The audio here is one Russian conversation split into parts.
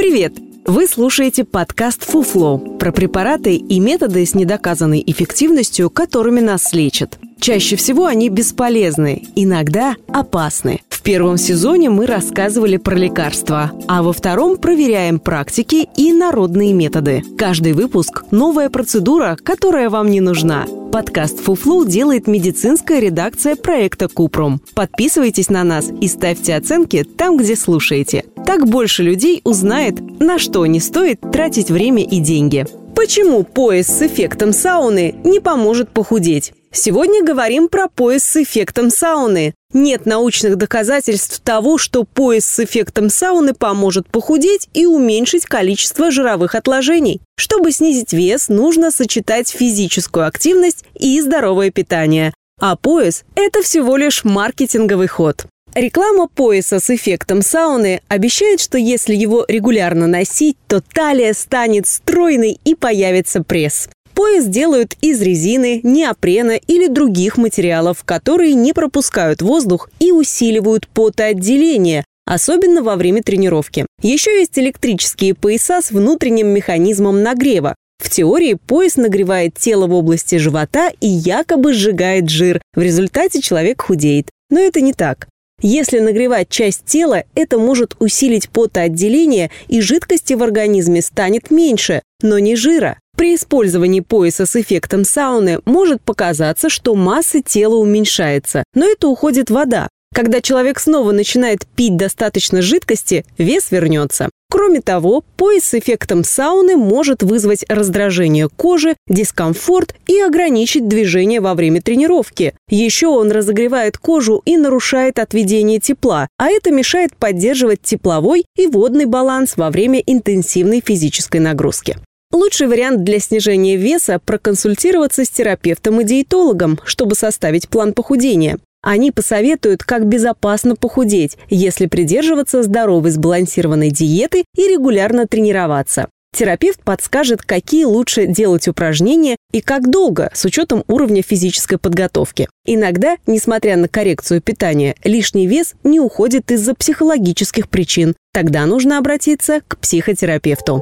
Привет! Вы слушаете подкаст «Фуфло» про препараты и методы с недоказанной эффективностью, которыми нас лечат. Чаще всего они бесполезны, иногда опасны. В первом сезоне мы рассказывали про лекарства, а во втором проверяем практики и народные методы. Каждый выпуск – новая процедура, которая вам не нужна. Подкаст «Фуфло» делает медицинская редакция проекта «Купрум». Подписывайтесь на нас и ставьте оценки там, где слушаете. Так больше людей узнает, на что не стоит тратить время и деньги. Почему пояс с эффектом сауны не поможет похудеть? Сегодня говорим про пояс с эффектом сауны. Нет научных доказательств того, что пояс с эффектом сауны поможет похудеть и уменьшить количество жировых отложений. Чтобы снизить вес, нужно сочетать физическую активность и здоровое питание. А пояс – это всего лишь маркетинговый ход. Реклама пояса с эффектом сауны обещает, что если его регулярно носить, то талия станет стройной и появится пресс. Пояс делают из резины, неопрена или других материалов, которые не пропускают воздух и усиливают потоотделение, особенно во время тренировки. Еще есть электрические пояса с внутренним механизмом нагрева. В теории пояс нагревает тело в области живота и якобы сжигает жир. В результате человек худеет. Но это не так. Если нагревать часть тела, это может усилить потоотделение, и жидкости в организме станет меньше, но не жира. При использовании пояса с эффектом сауны может показаться, что масса тела уменьшается, но это уходит вода. Когда человек снова начинает пить достаточно жидкости, вес вернется. Кроме того, пояс с эффектом сауны может вызвать раздражение кожи, дискомфорт и ограничить движение во время тренировки. Еще он разогревает кожу и нарушает отведение тепла, а это мешает поддерживать тепловой и водный баланс во время интенсивной физической нагрузки. Лучший вариант для снижения веса – проконсультироваться с терапевтом и диетологом, чтобы составить план похудения. Они посоветуют, как безопасно похудеть, если придерживаться здоровой сбалансированной диеты и регулярно тренироваться. Терапевт подскажет, какие лучше делать упражнения и как долго, с учетом уровня физической подготовки. Иногда, несмотря на коррекцию питания, лишний вес не уходит из-за психологических причин. Тогда нужно обратиться к психотерапевту.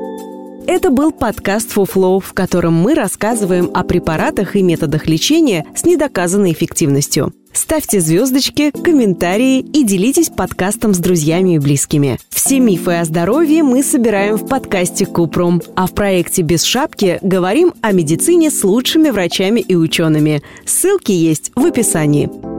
Это был подкаст «Фуфло», в котором мы рассказываем о препаратах и методах лечения с недоказанной эффективностью. Ставьте звездочки, комментарии и делитесь подкастом с друзьями и близкими. Все мифы о здоровье мы собираем в подкасте «Купрум», а в проекте «Без шапки» говорим о медицине с лучшими врачами и учеными. Ссылки есть в описании.